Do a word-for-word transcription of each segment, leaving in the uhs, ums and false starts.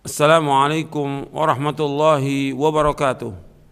Assalamualaikum warahmatullahi wabarakatuh.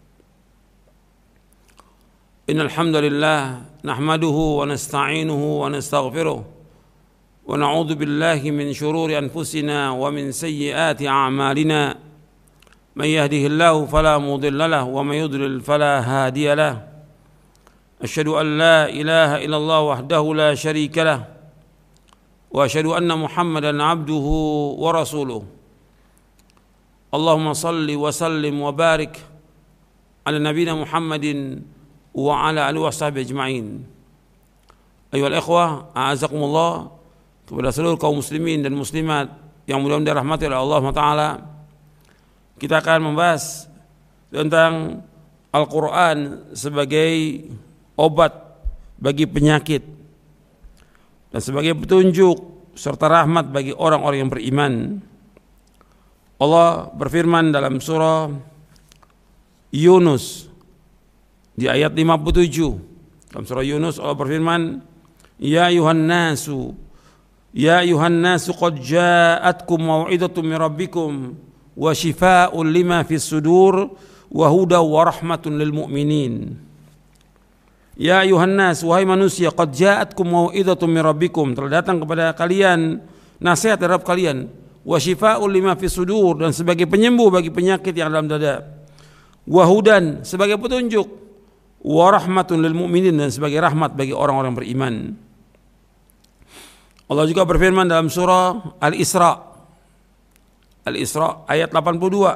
Innal hamdalillah nahmaduhu wa nasta'inuhu wa nastaghfiruh wa na'udzu billahi min shururi anfusina wa min sayyiati a'malina. Man yahdihillahu fala mudilla lahu wa man yudlil fala hadiya lahu. Asyhadu an la ilaha illallah wahdahu la syarika lahu wa asyhadu anna Muhammadan 'abduhu wa rasuluh. Allahumma salli wa sallim wa barik ala nabiyina Muhammadin wa ala alihi washabihi ajma'in. Ayyuhal ikhwah, a'azakumullah, kepada seluruh kaum muslimin dan muslimat yang mudah-mudahan dirahmati oleh Allah Taala. Kita akan membahas tentang Al-Qur'an sebagai obat bagi penyakit dan sebagai petunjuk serta rahmat bagi orang-orang yang beriman. Allah berfirman dalam surah Yunus di ayat lima puluh tujuh. Dalam surah Yunus Allah berfirman, Ya ayuhan nasu Ya ayuhan nasu qad ja'atkum mau'izatum min rabbikum wa shifaa'un lima fis sudur wa huda wa rahmatun lil mu'minin. Ya ayuhan nas, wahai manusia, qad ja'atkum mau'izatum min rabbikum, telah datang kepada kalian nasihat dari Rabb kalian, wa shifaa'un lima fis sudur, dan sebagai penyembuh bagi penyakit yang dalam dada, wa hudan, sebagai petunjuk, wa rahmatun lil mu'minin, dan sebagai rahmat bagi orang-orang beriman. Allah juga berfirman dalam surah Al-Isra Al-Isra ayat delapan puluh dua,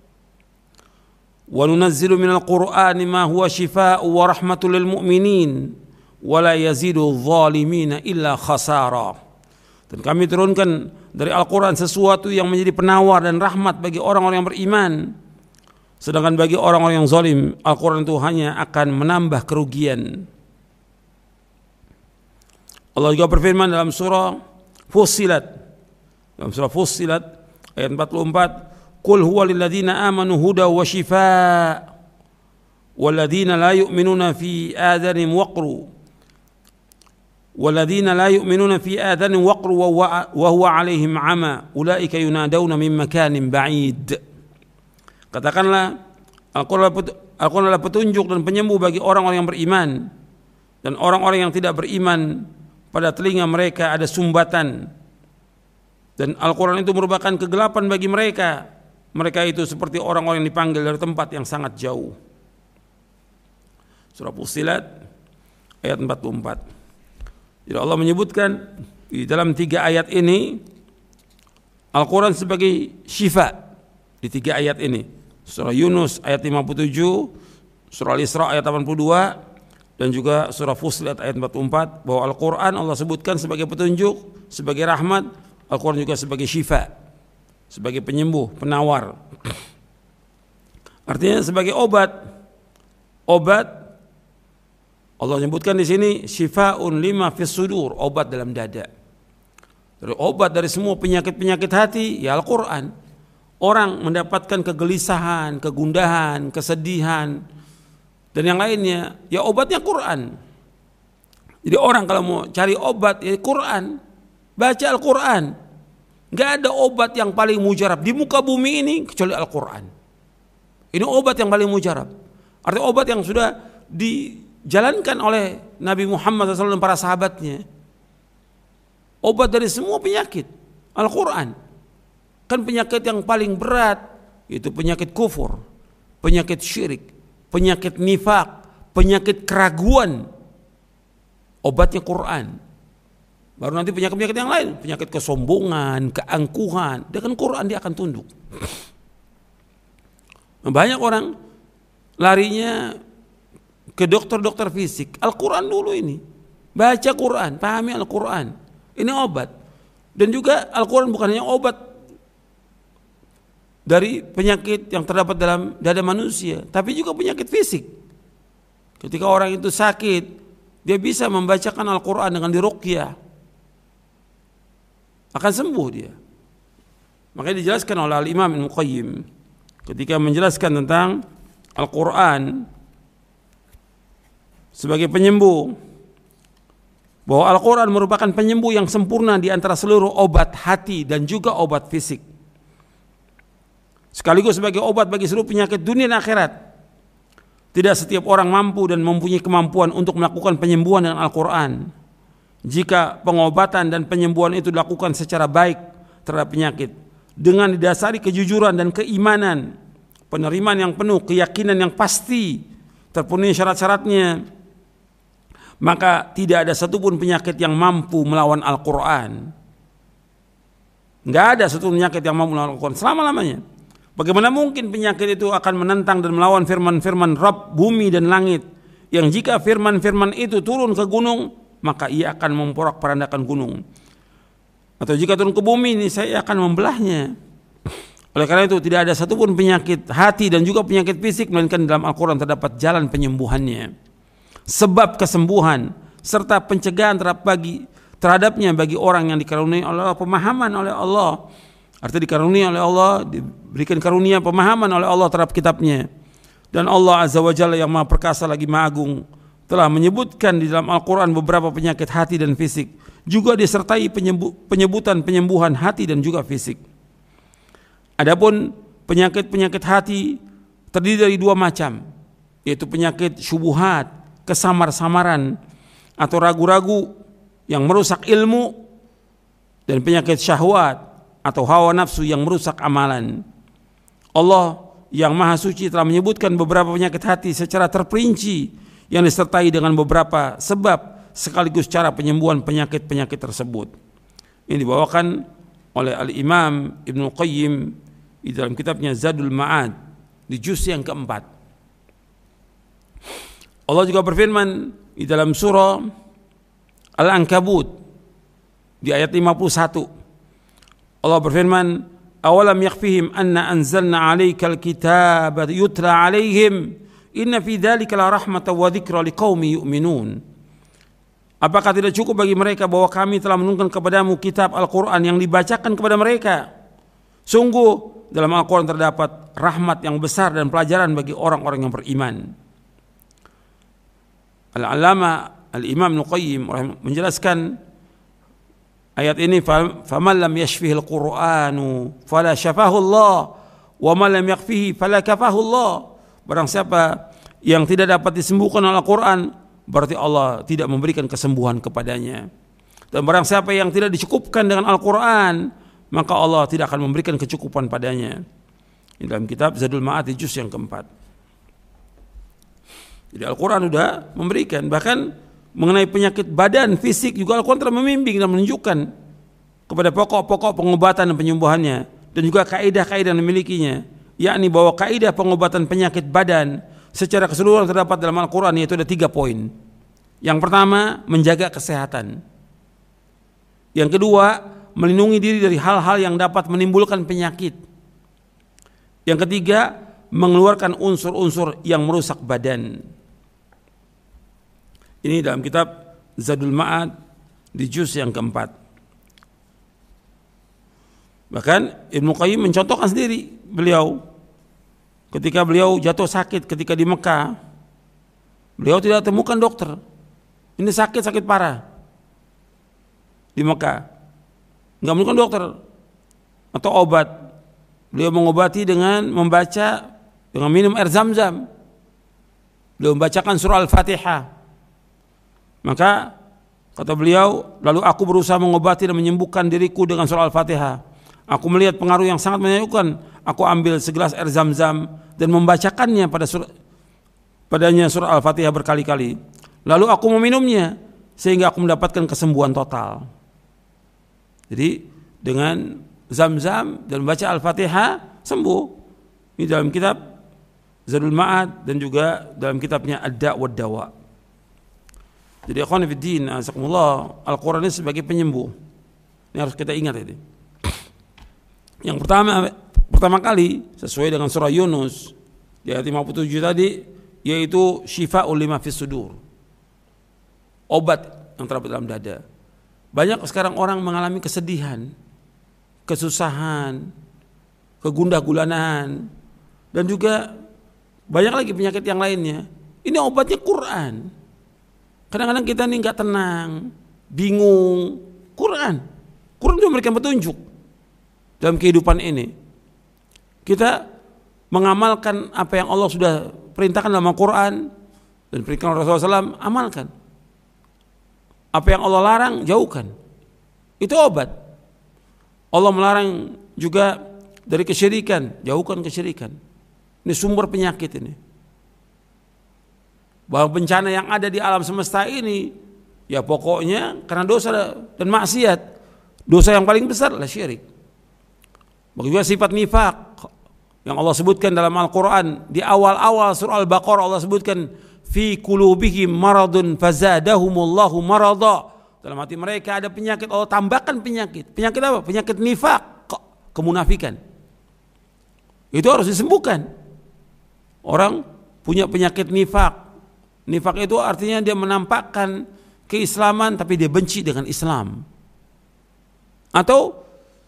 wa nunazzilu minal qur'ani ma huwa shifaa'un wa rahmatun lil mu'minin wa la yazidu adh-dhalimina illa khasara. Dan kami turunkan dari Al-Quran sesuatu yang menjadi penawar dan rahmat bagi orang-orang yang beriman. Sedangkan bagi orang-orang yang zalim, Al-Quran itu hanya akan menambah kerugian. Allah juga berfirman dalam surah Fussilat. Dalam surah Fussilat ayat empat puluh empat, Qul huwa lilladzina amanu huda wa shifaa walladzina la yu'minuna fi adhanihim waqru walladzina la yu'minuna fi adhanihim waqru wa huwa 'alaihim 'ama ulaika yunadawna min makanin ba'id. Katakanlah, Al-Quran adalah petunjuk dan penyembuh bagi orang-orang yang beriman, dan orang-orang yang tidak beriman pada telinga mereka ada sumbatan, dan Al-Quran itu merupakan kegelapan bagi mereka. Mereka itu seperti orang-orang yang dipanggil dari tempat yang sangat jauh. Surah Fussilat ayat empat puluh empat. Jadi Allah menyebutkan di dalam tiga ayat ini Al-Quran sebagai syifa. Di tiga ayat ini, surah Yunus ayat lima puluh tujuh, surah Al-Isra ayat delapan puluh dua, dan juga surah Fussilat ayat empat puluh empat, bahwa Al-Quran Allah sebutkan sebagai petunjuk, sebagai rahmat. Al-Quran juga sebagai syifa, sebagai penyembuh, penawar. Artinya sebagai obat. Obat, Allah menyebutkan di sini syifaa'un lima fis sudur, obat dalam dada. Dari obat dari semua penyakit-penyakit hati, ya Al-Quran. Orang mendapatkan kegelisahan, kegundahan, kesedihan, dan yang lainnya, ya obatnya Quran. Jadi orang kalau mau cari obat, ya Quran, baca Al-Quran. Gak ada obat yang paling mujarab di muka bumi ini kecuali Al-Quran. Ini obat yang paling mujarab. Artinya obat yang sudah dijalankan oleh Nabi Muhammad shallallahu alaihi wasallam dan para sahabatnya. Obat dari semua penyakit, Al-Quran. Kan penyakit yang paling berat itu penyakit kufur, penyakit syirik, penyakit nifak, penyakit keraguan. Obatnya Quran. Baru nanti penyakit-penyakit yang lain, penyakit kesombongan, keangkuhan, dengan Quran dia akan tunduk. Banyak orang larinya ke dokter-dokter fisik. Al-Quran dulu ini. Baca Quran, pahami Al-Quran. Ini obat. Dan juga Al-Quran bukan hanya obat dari penyakit yang terdapat dalam dada manusia, tapi juga penyakit fisik. Ketika orang itu sakit, dia bisa membacakan Al-Quran dengan diruqyah, akan sembuh dia. Makanya dijelaskan oleh Al-Imam Ibnu Qayyim ketika menjelaskan tentang Al-Quran sebagai penyembuh, bahwa Al-Quran merupakan penyembuh yang sempurna di antara seluruh obat hati dan juga obat fisik. sekaligus sebagai obat bagi seluruh penyakit dunia dan akhirat. Tidak setiap orang mampu dan mempunyai kemampuan untuk melakukan penyembuhan dengan Al-Quran. Jika pengobatan dan penyembuhan itu dilakukan secara baik terhadap penyakit, dengan didasari kejujuran dan keimanan, penerimaan yang penuh, keyakinan yang pasti, terpenuhi syarat-syaratnya, maka tidak ada satupun penyakit yang mampu melawan Al-Quran. Nggak ada satupun penyakit yang mampu melawan Al-Quran selama-lamanya. Bagaimana mungkin penyakit itu akan menentang dan melawan firman-firman Rabb bumi dan langit, yang jika firman-firman itu turun ke gunung, maka ia akan memporak-porandakan gunung. Atau jika turun ke bumi, ini saya akan membelahnya. Oleh karena itu tidak ada satupun penyakit hati dan juga penyakit fisik, melainkan dalam Al-Quran terdapat jalan penyembuhannya, sebab kesembuhan serta pencegahan terhadap bagi terhadapnya bagi orang yang dikaruniai oleh Allah pemahaman oleh Allah. Artinya dikaruniai oleh Allah, diberikan karunia pemahaman oleh Allah terhadap kitabnya. Dan Allah Azza wa Jalla yang Maha Perkasa lagi Maha Agung telah menyebutkan di dalam Al-Quran beberapa penyakit hati dan fisik, juga disertai penyebutan penyembuhan hati dan juga fisik. Adapun penyakit-penyakit hati terdiri dari dua macam, yaitu penyakit syubuhat, kesamar-samaran atau ragu-ragu yang merusak ilmu, dan penyakit syahwat atau hawa nafsu yang merusak amalan. Allah yang Maha Suci telah menyebutkan beberapa penyakit hati secara terperinci yang disertai dengan beberapa sebab sekaligus cara penyembuhan penyakit-penyakit tersebut. Ini dibawakan oleh Al-Imam Ibnu Qayyim di dalam kitabnya Zadul Ma'ad di juz yang keempat. Allah juga berfirman di dalam surah Al-Ankabut di ayat lima puluh satu. Allah berfirman, awalam yakfihim anna anzalna alaikal kitaba yutla alaihim inna fi dzalika la rahmatan wa dzikra liqaumi yu'minun. Apakah tidak cukup bagi mereka bahwa kami telah menurunkan kepadamu kitab Al-Quran yang dibacakan kepada mereka? Sungguh dalam Al-Quran terdapat rahmat yang besar dan pelajaran bagi orang-orang yang beriman. Al-Allamah Al-Imam Ibnu Qayyim menjelaskan ayat ini, faman lam yashfihil Qur'anu fala syafahu Allah wa man lam yakfihi fala kafahu Allah. Barang siapa yang tidak dapat disembuhkan oleh Al-Quran, berarti Allah tidak memberikan kesembuhan kepadanya. Dan barang siapa yang tidak dicukupkan dengan Al-Quran, maka Allah tidak akan memberikan kecukupan padanya. Ini dalam kitab Zadul Ma'ad juz yang keempat. Jadi Al-Quran sudah memberikan, bahkan mengenai penyakit badan, fisik juga Al-Quran telah membimbing dan menunjukkan kepada pokok-pokok pengobatan dan penyembuhannya, dan juga kaidah-kaidah yang dimilikinya, yakni bahwa kaidah pengobatan penyakit badan secara keseluruhan terdapat dalam Al-Quran, yaitu ada tiga poin. Yang pertama, menjaga kesehatan. Yang kedua, melindungi diri dari hal-hal yang dapat menimbulkan penyakit. Yang ketiga, mengeluarkan unsur-unsur yang merusak badan. Ini dalam kitab Zadul Ma'ad di juz yang keempat. Bahkan Ibnu Qayyim mencontohkan sendiri beliau ketika beliau jatuh sakit ketika di Mekah. Beliau tidak temukan dokter. Ini sakit-sakit parah di Mekah, nggak menemukan dokter atau obat. Beliau mengobati dengan membaca, dengan minum air Zam-Zam. Beliau membacakan surah Al-Fatihah. Maka kata beliau, lalu aku berusaha mengobati dan menyembuhkan diriku dengan surah Al-Fatihah. Aku melihat pengaruh yang sangat menyayangkan. Aku ambil segelas air Zam-Zam dan membacakannya pada surah, padanya surah Al-Fatihah berkali-kali. Lalu aku meminumnya sehingga aku mendapatkan kesembuhan total. Jadi dengan Zam-Zam dan membaca Al-Fatihah sembuh. Ini dalam kitab Zadul Ma'ad dan juga dalam kitabnya Ad-Da' wad Dawa. Jadi ikhwan fillah, azakumullah, Al-Quran ini sebagai penyembuh. Ini harus kita ingat ini. Yang pertama pertama kali sesuai dengan surah Yunus di ayat lima puluh tujuh tadi, yaitu syifa'ul lima fis sudur. Obat yang terdapat dalam dada. Banyak sekarang orang mengalami kesedihan, kesusahan, kegundah gulanan, dan juga banyak lagi penyakit yang lainnya. Ini obatnya Quran. Kadang-kadang kita ini nggak tenang, bingung. Quran, Quran juga memberikan petunjuk dalam kehidupan ini. kita mengamalkan apa yang Allah sudah perintahkan dalam Al-Quran dan perintahkan Rasulullah shallallahu alaihi wasallam, amalkan. Apa yang Allah larang, jauhkan. Itu obat. Allah melarang juga dari kesyirikan, jauhkan kesyirikan. Ini sumber penyakit ini. Bahwa bencana yang ada di alam semesta ini, ya pokoknya karena dosa dan maksiat. Dosa yang paling besar adalah syirik. Begitu juga sifat nifaq yang Allah sebutkan dalam Al-Quran. Di awal-awal surah Al-Baqarah Allah sebutkan, fi qulubihim maradun fazadahumullahu marada. Dalam hati mereka ada penyakit, Allah tambahkan penyakit. Penyakit apa? Penyakit nifaq, kemunafikan. Itu harus disembuhkan. Orang punya penyakit nifaq. Nifaq itu artinya dia menampakkan keislaman tapi dia benci dengan Islam. Atau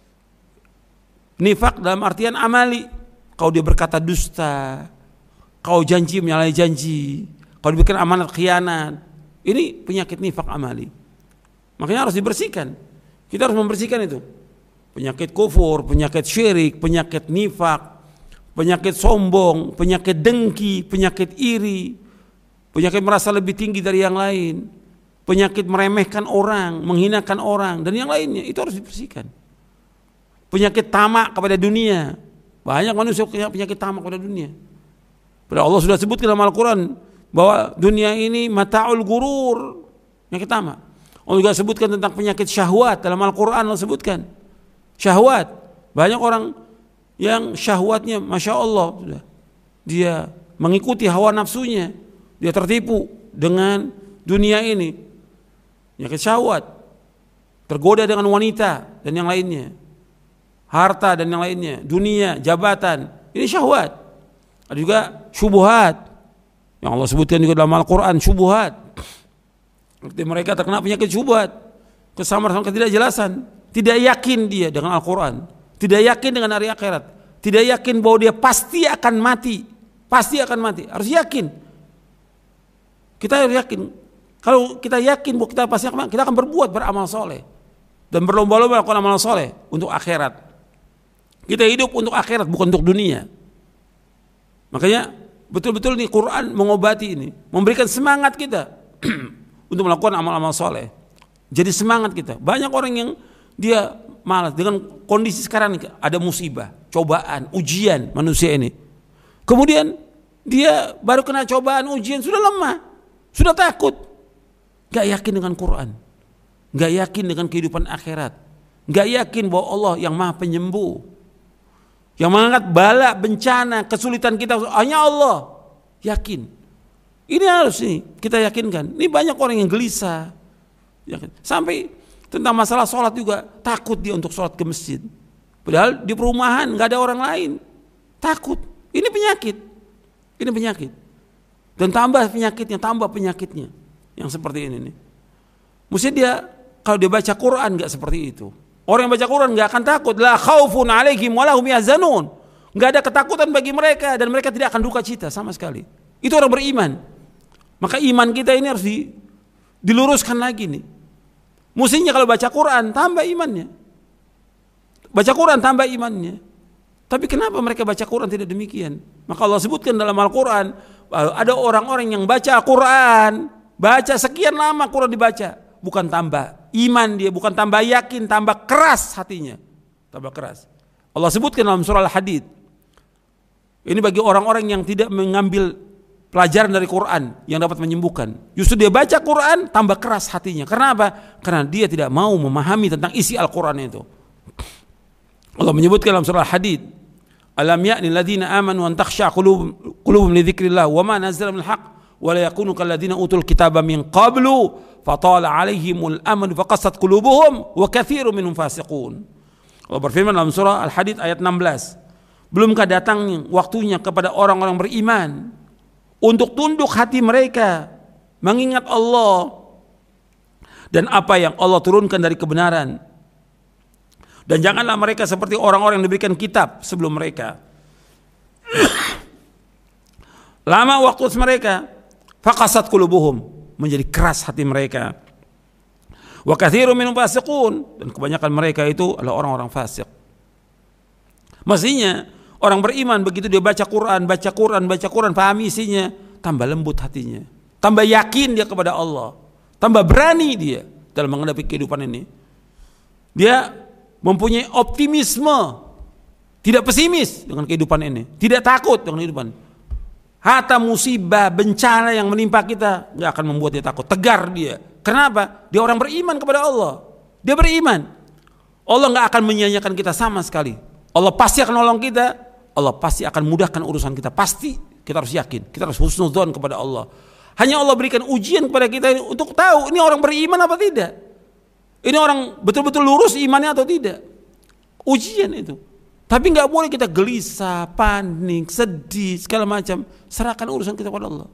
nifaq dalam artian amali. Kalau dia berkata dusta, kau janji menyalahi janji, kalau diberikan amanat khianat. Ini penyakit nifaq amali. Makanya harus dibersihkan. Kita harus membersihkan itu. Penyakit kufur, penyakit syirik, penyakit nifaq, penyakit sombong, penyakit dengki, penyakit iri, penyakit merasa lebih tinggi dari yang lain, penyakit meremehkan orang, menghinakan orang, dan yang lainnya. Itu harus dibersihkan. Penyakit tamak kepada dunia. Banyak manusia punya penyakit tamak kepada dunia. Padahal Allah sudah sebutkan dalam Al-Quran bahwa dunia ini mata'ul gurur, penyakit tamak. Allah juga sebutkan tentang penyakit syahwat dalam Al-Quran. Allah sebutkan syahwat. Banyak orang yang syahwatnya Masya Allah sudah, dia mengikuti hawa nafsunya, dia tertipu dengan dunia ini, penyakit syahwat, tergoda dengan wanita dan yang lainnya, harta dan yang lainnya, dunia, jabatan, ini syahwat. Ada juga syubhat yang Allah sebutkan juga dalam Al-Quran, syubhat. Artinya mereka terkena penyakit syubhat, kesamaan ketidakjelasan, tidak yakin dia dengan Al-Quran, tidak yakin dengan hari akhirat, tidak yakin bahwa dia pasti akan mati, pasti akan mati, harus yakin. Kita harus yakin. Kalau kita yakin bahwa kita pasti akan, kita akan berbuat beramal soleh dan berlomba-lomba melakukan amal soleh untuk akhirat. Kita hidup untuk akhirat, bukan untuk dunia. Makanya betul-betul nih Quran mengobati ini, memberikan semangat kita untuk melakukan amal-amal soleh. Jadi semangat kita. Banyak orang yang dia malas dengan kondisi sekarang nih, ada musibah, cobaan, ujian manusia ini. Kemudian dia baru kena cobaan, ujian, sudah lemah, sudah takut, gak yakin dengan Quran, gak yakin dengan kehidupan akhirat, gak yakin bahwa Allah yang maha penyembuh, yang mengangkat bala, bencana, kesulitan kita hanya Allah. Yakin. Ini harus nih kita yakinkan. Ini banyak orang yang gelisah, sampai tentang masalah sholat juga takut dia untuk sholat ke masjid. Padahal di perumahan nggak ada orang lain, takut. Ini penyakit, ini penyakit. Dan tambah penyakitnya, tambah penyakitnya yang seperti ini nih. Mesti dia kalau dia baca Quran nggak seperti itu. Orang yang baca Quran nggak akan takut. La khaufun alaihim wa lahum yahzanun. Nggak ada ketakutan bagi mereka dan mereka tidak akan duka cita sama sekali. Itu orang beriman. Maka iman kita ini harus di, diluruskan lagi nih. Mestinya kalau baca Quran tambah imannya. Baca Quran tambah imannya. Tapi kenapa mereka baca Quran tidak demikian? Maka Allah sebutkan dalam Al-Quran, ada orang-orang yang baca Al-Quran, baca sekian lama Quran dibaca, bukan tambah iman dia, bukan tambah yakin, tambah keras hatinya. Tambah keras. Allah sebutkan dalam surah Al-Hadid. Ini bagi orang-orang yang tidak mengambil pelajaran dari Quran yang dapat menyembuhkan. Justru dia baca Quran tambah keras hatinya. Karena apa? Karena dia tidak mau memahami tentang isi Al-Quran itu. Allah menyebutkan dalam surah Al-Hadid, alam ya'ni alladziina aamanu an takhsha'a qulubuhum li dzikrillah wa ma nazzala minal haqq wa la yakunu kal ladziina utul kitaba min qablu fatala 'alaihimul amadu faqassat qulubuhum wa katsirun minhum fasiqun. Allah berfirman dalam surah Al-Hadid ayat enam belas, belumkah datang waktunya kepada orang-orang beriman untuk tunduk hati mereka mengingat Allah dan apa yang Allah turunkan dari kebenaran, dan janganlah mereka seperti orang-orang yang diberikan kitab sebelum mereka. Lama waktu mereka, faqasat qulubuhum, menjadi keras hati mereka. Wa katsirun minhum fasiqun, dan kebanyakan mereka itu adalah orang-orang fasik. Mestinya Orang beriman begitu dia baca Quran, baca Quran, baca Quran, pahami isinya, tambah lembut hatinya, tambah yakin dia kepada Allah, tambah berani dia dalam menghadapi kehidupan ini. Dia mempunyai optimisme, tidak pesimis dengan kehidupan ini, tidak takut dengan kehidupan. Hatta musibah, bencana yang menimpa kita nggak akan membuat dia takut, tegar dia. Kenapa? Dia orang beriman kepada Allah. Dia beriman. Allah nggak akan menyia-nyiakan kita sama sekali. Allah pasti akan nolong kita. Allah pasti akan mudahkan urusan kita. Pasti. Kita harus yakin. Kita harus husnudzon kepada Allah. Hanya Allah berikan ujian kepada kita untuk tahu ini orang beriman apa tidak. Ini orang betul-betul lurus imannya atau tidak. Ujian itu. Tapi nggak boleh kita gelisah, panik, sedih, segala macam. Serahkan urusan kita kepada Allah.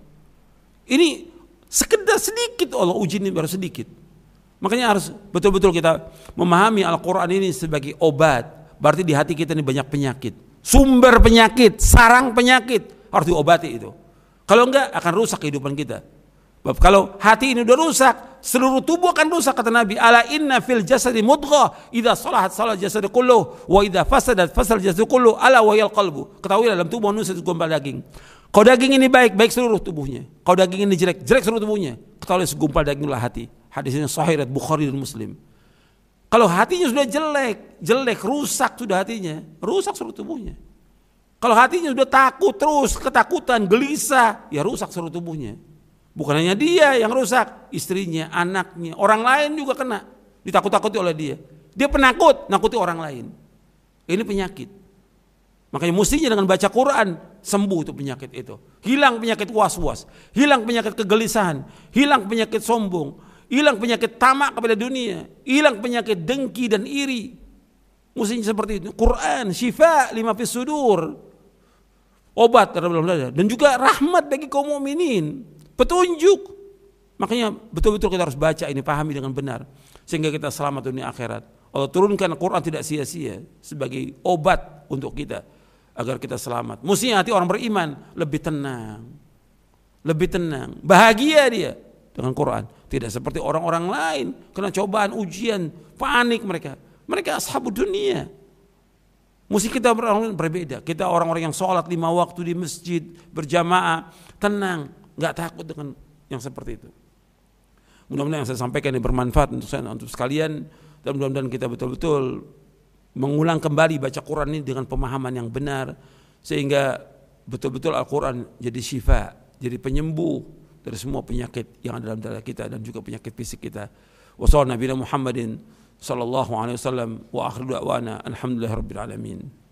Ini sekedar sedikit Allah uji ini baru sedikit. Makanya harus betul-betul kita memahami Al-Quran ini sebagai obat. Berarti di hati kita ini banyak penyakit. Sumber penyakit, sarang penyakit harus diobati itu. Kalau enggak akan rusak kehidupan kita. Kalau hati ini udah rusak, seluruh tubuh akan rusak, kata Nabi. Ala inna fil jasadi mudghah, idza salahat salah jasadu kulluh, wa idza fasadat fasal jasadu kulluh, ala wa yal qalbu. Ketahui dalam tubuh manusia itu segumpal daging. Kalau daging ini baik, baik seluruh tubuhnya. Kalau daging ini jelek, jelek seluruh tubuhnya. Ketahui segumpal daginglah hati. Hadis ini sahih riwayat Bukhari dan Muslim. Kalau hatinya sudah jelek, jelek, rusak sudah hatinya, rusak seluruh tubuhnya. Kalau hatinya sudah takut terus, ketakutan, gelisah, ya rusak seluruh tubuhnya. Bukan hanya dia yang rusak, istrinya, anaknya, orang lain juga kena, ditakut-takuti oleh dia. Dia penakut, nakuti orang lain. Ini penyakit. Makanya mestinya dengan baca Quran sembuh itu penyakit itu. Hilang penyakit was-was, hilang penyakit kegelisahan, hilang penyakit sombong, hilang penyakit tamak kepada dunia, hilang penyakit dengki dan iri. Mestinya seperti itu. Quran syifa lima fis sudur, obat terhadap dada, dan juga rahmat bagi kaum mukminin, petunjuk. Makanya betul-betul kita harus baca ini, pahami dengan benar, sehingga kita selamat dunia akhirat. Allah turunkan Quran tidak sia-sia sebagai obat untuk kita agar kita selamat. Mestinya hati orang beriman lebih tenang, lebih tenang, bahagia dia dengan Quran. Tidak seperti orang-orang lain kena cobaan, ujian, panik mereka. Mereka ashabud dunia. Mesti kita orang berbeda. Kita orang-orang yang sholat lima waktu di masjid berjamaah, tenang, nggak takut dengan yang seperti itu. Mudah-mudahan yang saya sampaikan ini bermanfaat untuk saya, untuk sekalian, dan mudah-mudahan kita betul-betul mengulang kembali baca Quran ini dengan pemahaman yang benar, sehingga betul-betul Al-Quran jadi syifa, jadi penyembuh dari semua penyakit yang ada dalam dada kita dan juga penyakit fisik kita. Wa sallallahu Nabi Muhammadin sallallahu alaihi wasallam wa akhiru da'wana alhamdulillahirabbil alamin.